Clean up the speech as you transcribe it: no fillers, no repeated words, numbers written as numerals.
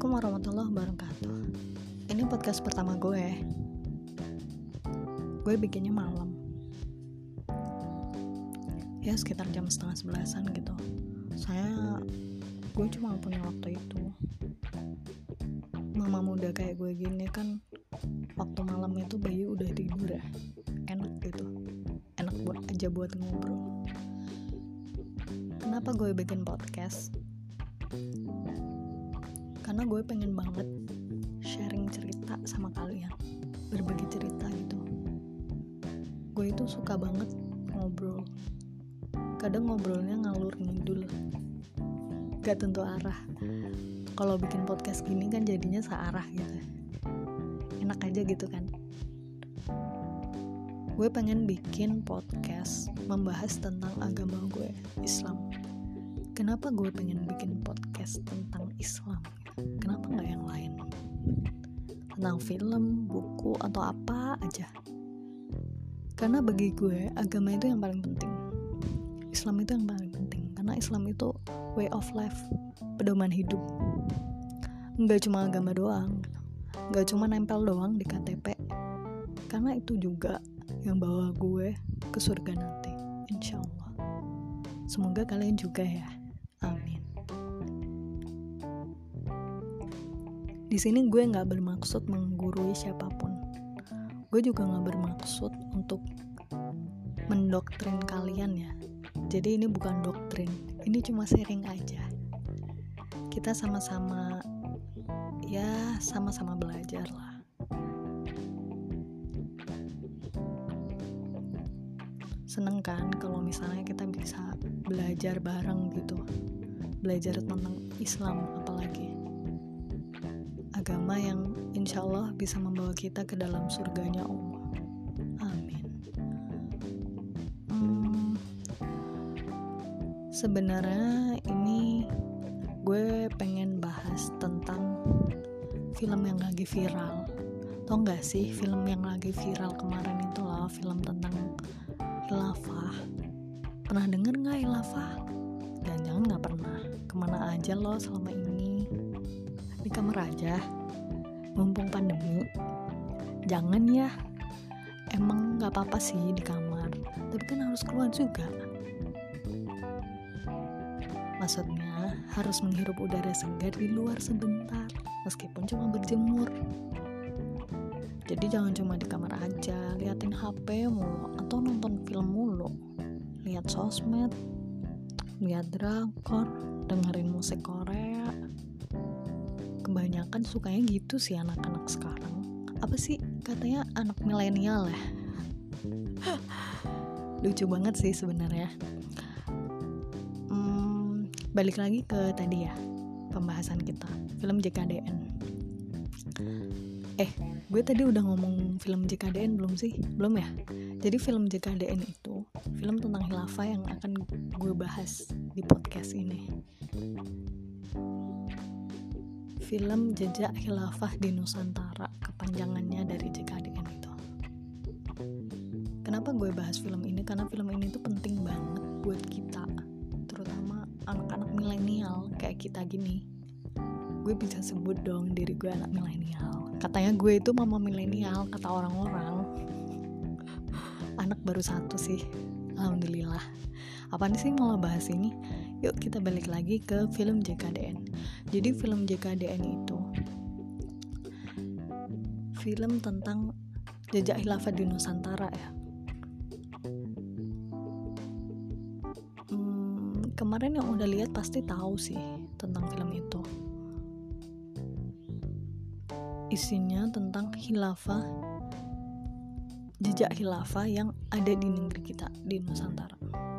Assalamualaikum warahmatullahi wabarakatuh. Ini podcast pertama gue. Gue bikinnya malam. Ya sekitar jam 10:30 gitu. Gue cuma punya waktu itu. Mama muda kayak gue gini kan, waktu malam itu Bayu udah tidur ya. Enak gitu. Enak buat ngobrol. Kenapa gue bikin podcast? Karena gue pengen banget sharing cerita sama kalian, berbagi cerita gitu. Gue itu suka banget ngobrol. Kadang ngobrolnya ngalur ngidul, gak tentu arah. Kalau bikin podcast gini kan jadinya searah gitu. Enak aja gitu kan. Gue pengen bikin podcast membahas tentang agama gue, Islam. Kenapa gue pengen bikin podcast tentang Islam? Kenapa gak yang lain? Tentang film, buku, atau apa aja. Karena bagi gue, agama itu yang paling penting. Islam itu yang paling penting. Karena Islam itu way of life, pedoman hidup. Gak cuma agama doang, gak cuma nempel doang di KTP. Karena itu juga yang bawa gue ke surga nanti, insya Allah. Semoga kalian juga ya. Amin. Di sini gue nggak bermaksud menggurui siapapun. Gue juga nggak bermaksud untuk mendoktrin kalian ya. Jadi ini bukan doktrin, ini cuma sharing aja. Kita sama-sama belajar lah. Seneng kan kalau misalnya kita bisa belajar bareng gitu. Belajar tentang Islam apalagi. Agama yang insya Allah bisa membawa kita ke dalam surganya Allah. Amin. Sebenarnya ini gue pengen bahas tentang film yang lagi viral. Tau gak sih film yang lagi viral kemarin itu lah, film tentang khilafah. Pernah denger gak khilafah? Jangan-jangan gak pernah. Kemana aja lo selama ini? Di kamar aja, mumpung pandemi. Jangan ya. Emang gak apa-apa sih di kamar, tapi kan harus keluar juga. Maksudnya harus menghirup udara segar di luar sebentar, meskipun cuma berjemur. Jadi jangan cuma di kamar aja, liatin HP mulu atau nonton film mulu, lihat sosmed, lihat drakor, dengerin musik Korea. Kebanyakan sukanya gitu sih anak-anak sekarang. Apa sih katanya anak milenial ya? Lucu banget sih sebenarnya. Balik lagi ke tadi ya, pembahasan kita, film JKDN. Gue tadi udah ngomong film JKDN belum sih? Belum ya? Jadi film JKDN itu film tentang khilafah yang akan gue bahas di podcast ini. Film Jejak Khilafah di Nusantara, kepanjangannya dari JKDN itu. Kenapa gue bahas film ini? Karena film ini tuh penting banget buat kita, terutama anak-anak milenial kayak kita gini. Gue bisa sebut dong diri gue anak milenial. Katanya gue itu mama milenial, kata orang-orang. Anak baru satu sih, alhamdulillah. Apaan sih malah bahas ini? Yuk kita balik lagi ke film JKDN. Jadi film JKDN itu film tentang jejak khilafah di Nusantara ya. Kemarin yang udah lihat pasti tahu sih tentang film itu. Isinya tentang khilafah, jejak khilafah yang ada di negeri kita, di Nusantara.